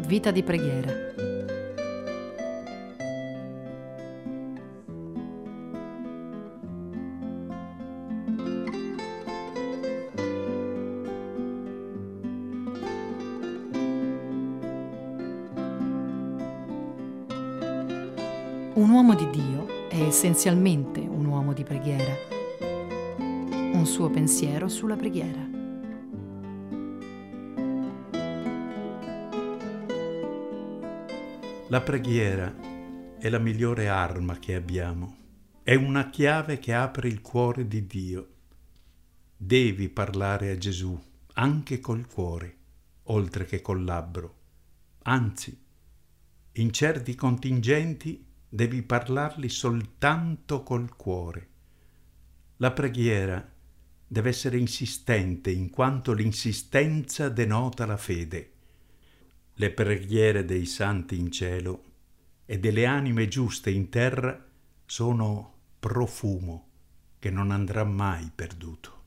Vita di preghiera. Un uomo di Dio è essenzialmente un uomo di preghiera. Un suo pensiero sulla preghiera. La preghiera è la migliore arma che abbiamo. È una chiave che apre il cuore di Dio. Devi parlare a Gesù anche col cuore, oltre che col labbro. Anzi, in certi contingenti devi parlarli soltanto col cuore. La preghiera deve essere insistente, in quanto l'insistenza denota la fede. Le preghiere dei santi in cielo e delle anime giuste in terra sono profumo che non andrà mai perduto.